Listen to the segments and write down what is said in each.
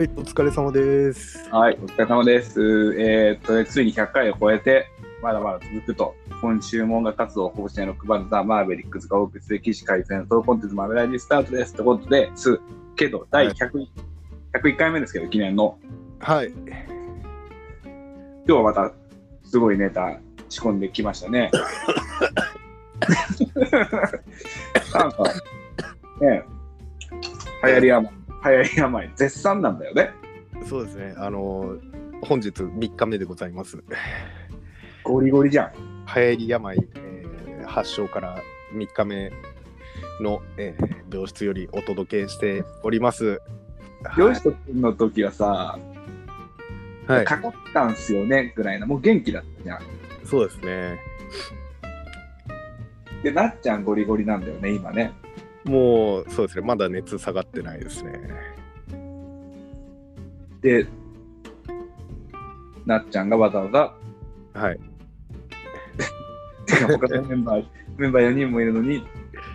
はい、お疲れ様です。 はい、お疲れ様です。ついに100回を超えて、まだまだ続くと、今週も音楽活動をほぼしないロックバンドザ・マーベリックスがお送りする記事改善ソロコンテンツマーベラジースタートですということですけど、第101回目ですけど、記念の。 はい。 今日はまたすごいネタ仕込んできましたね。なんか、ね、流行り病、絶賛なんだよね。 そうですね。本日3日目でございます。 ゴリゴリじゃん。 流行り病、発症から3日目の、病室よりお届けしております。 ヨシト君の時はさ、 はい、 かかったんすよねぐらいな、もう元気だったじゃん。 そうですね。 で、なっちゃんゴリゴリなんだよね、今ね。 もうそうですね。まだ熱下がってないですね。 で、なっちゃんがわざわざ、 はい。 他のメンバー4人もいるのに、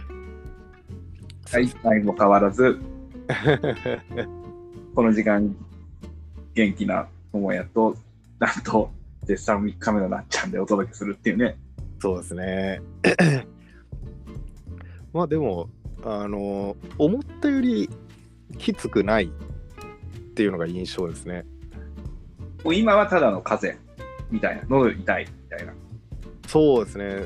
一切も変わらず、この時間、元気な友也と、なんと、絶賛3日目のなっちゃんでお届けするっていうね。 そうですね。まあでも、思ったよりきつくないっていうのが印象ですね。 もう今はただの風邪みたいな、喉痛いみたいな。 そうですね。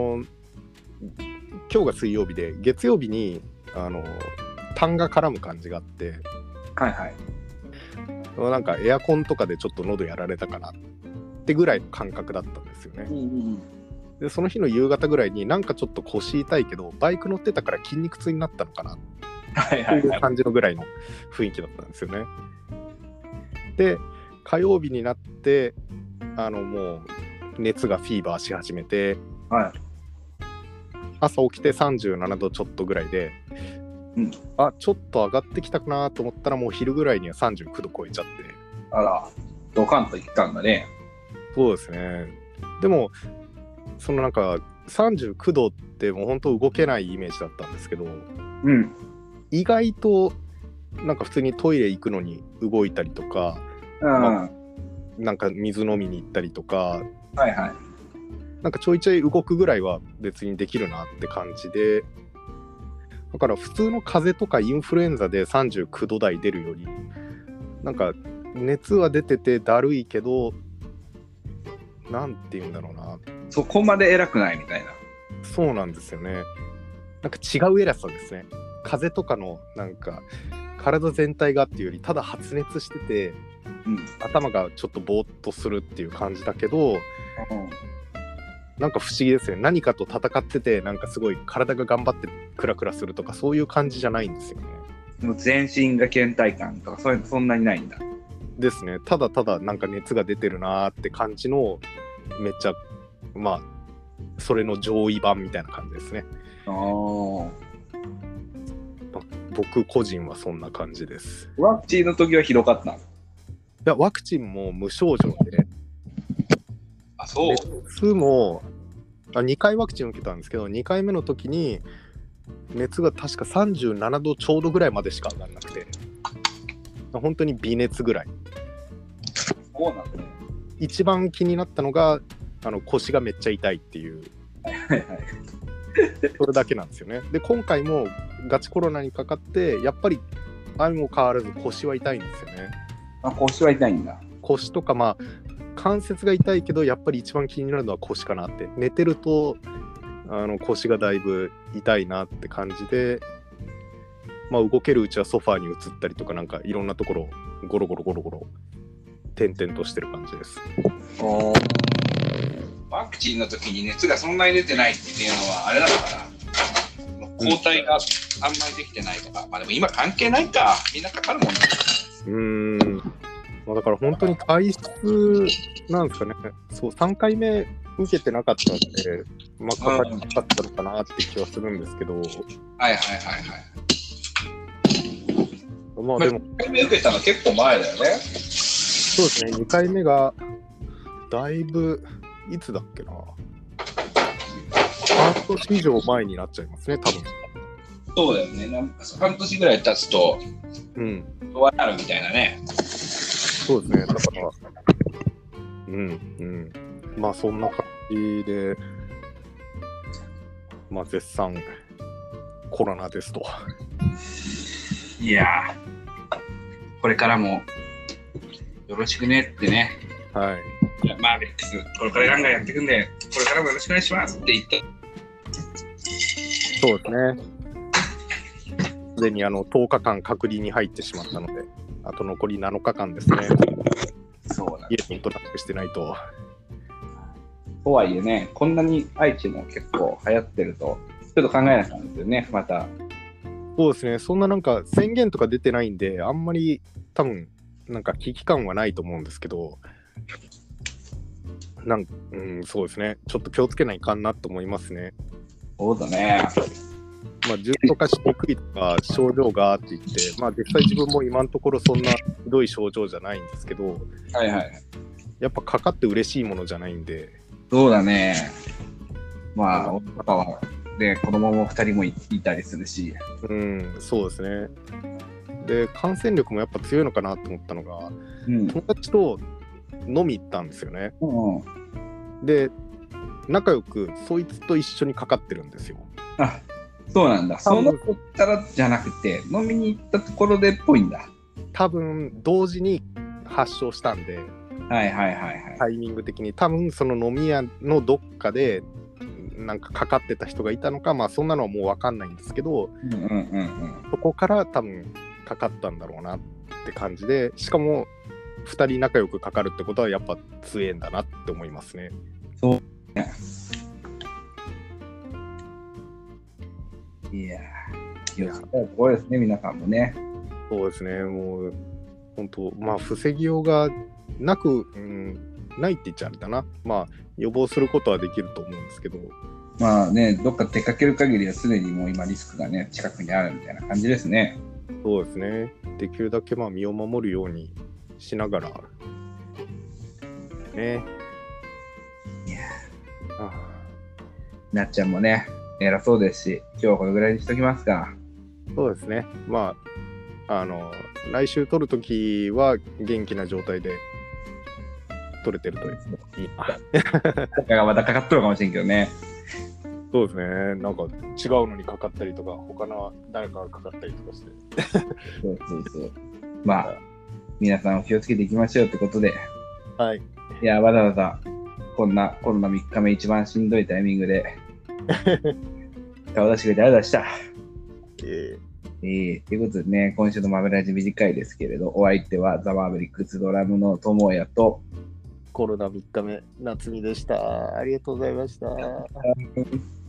今日が水曜日で、月曜日に痰が絡む感じがあって、 はいはい。 なんかエアコンとかでちょっと喉やられたかなってぐらいの感覚だったんですよね。でその日の夕方ぐらいになんかちょっと腰痛いけどバイク乗ってたから筋肉痛になったのかなっていう感じのぐらいの雰囲気だったんですよね。で火曜日になってもう熱がフィーバーし始めて、 はい、 朝起きて37度ちょっとぐらいで、ちょっと上がってきたかなと思ったらもう昼ぐらいには39度超えちゃって、 あらドカンといったんだね。 そうですね。でもなんか39度ってもう本当動けないイメージだったんですけど、意外となんか普通にトイレ行くのに動いたりとか、なんか水飲みに行ったりとか、なんかちょいちょい動くぐらいは別にできるなって感じで、だから普通の風邪とかインフルエンザで39度台出るよりなんか熱は出ててだるいけど、なんて言うんだろうな、 そこまで偉くないみたいな。 そうなんですよね。なんか違う偉さですね。風邪とかのなんか体全体がっていうよりただ発熱してて、頭がちょっとぼーっとするっていう感じだけど、なんか不思議ですよね。何かと戦っててなんかすごい体が頑張ってクラクラするとかそういう感じじゃないんですよね。 もう全身が倦怠感とかそういうのそんなにないんだ。 ですね。ただただなんか熱が出てるなーって感じの、めっちゃまあそれの上位版みたいな感じですね。僕個人はそんな感じです。 ワクチンの時はひどかったの？いや、ワクチンも無症状で、 そう。 熱も2回ワクチン受けたんですけど、2回目の時に熱が確か37度ちょうどぐらいまでしか上がらなくて、本当に微熱ぐらい。 そうなんだね。 一番気になったのが腰がめっちゃ痛いっていうそれだけなんですよね。で今回もガチコロナにかかってやっぱり相も変わらず腰は痛いんですよね。 腰は痛いんだ。 腰とか関節が痛いけどやっぱり一番気になるのは腰かなって。寝てると腰がだいぶ痛いなって感じで、動けるうちはソファーに移ったりとかなんかいろんなところゴロゴロ点々としてる感じです。 ワクチンの時に熱がそんなに出てないっていうのはあれなのかな、抗体があんまりできてないとか、でも今関係ないか、みんなかかるもんね。 だから本当に体質なんですかね。そう3回目受けてなかったので、かかりなかったのかなって気はするんですけど。でも 1回目受けたの結構前だよね。 そうですね。2回目がだいぶいつだっけな、半年以上前になっちゃいますね、多分。 そうだよね。なんか半年ぐらい経つと、終わるみたいなね。 そうですね。だから、まあそんな感じで、まあ絶賛コロナですと。 いやー、これからもよろしくねってね。 はい。 マーベリックス、これからガンガンやっていくんで、これからもよろしくお願いしますって言って。 そうですね。すでに10日間隔離に入ってしまったので、あと残り7日間ですね。 そうだね。 家にトラックしてないと。 とはいえね、こんなに愛知も結構流行ってると、ちょっと考えなかったんですよね、また。 そうですね。そんななんか宣言とか出てないんで、あんまり多分なんか危機感はないと思うんですけど、そうですね。ちょっと気をつけないかんなと思いますね。 そうだね。 まあ、重症化しにくいとか症状がって言って、まあ実際自分も今のところそんなひどい症状じゃないんですけど、 はいはい。 やっぱかかって嬉しいものじゃないんで。 そうだね。まあ、パパは、で、子供も2人もいたりするし。 そうですね。で、感染力もやっぱ強いのかなと思ったのが、友達と飲み行ったんですよね。で、仲良くそいつと一緒にかかってるんですよ。 あ、そうなんだ。その子からじゃなくて、飲みに行ったところでっぽいんだ。 多分、同時に発症したんで、タイミング的に多分その飲み屋のどっかでなんかかかってた人がいたのか、まあそんなのはもう分かんないんですけど、そこから多分かかったんだろうなって感じで、しかも2人仲良くかかるってことはやっぱ強えんだなって思いますね。 そうね。いやー、気をつけたいところですね、皆さんもね。 そうですね、もう本当、まあ防ぎようがなく、ないって言っちゃあれだな。まあ予防することはできると思うんですけど。 まあね、どっか出かける限りはすでにもう今リスクがね、近くにあるみたいな感じですね。 そうですね。できるだけまあ身を守るようにしながら。ね。 いやなっちゃんもね、偉そうですし、今日はこれぐらいにしときますか。 そうですね。まあ、来週撮るときは元気な状態で撮れてるといいな。またかかっとるかもしれんけどね。 そうですね。なんか違うのにかかったりとか、他の誰かがかかったりとかして。 そう。まあ、皆さんお気をつけていきましょうってことで。 はい。 いや、わざわざこんなコロナ3日目一番しんどいタイミングで顔出してくれてありがとうございました。ということでね、今週のマブラジ短いですけれど、お相手はザ・マーベリックスドラムの友也とコロナ3日目夏美でした。ありがとうございました。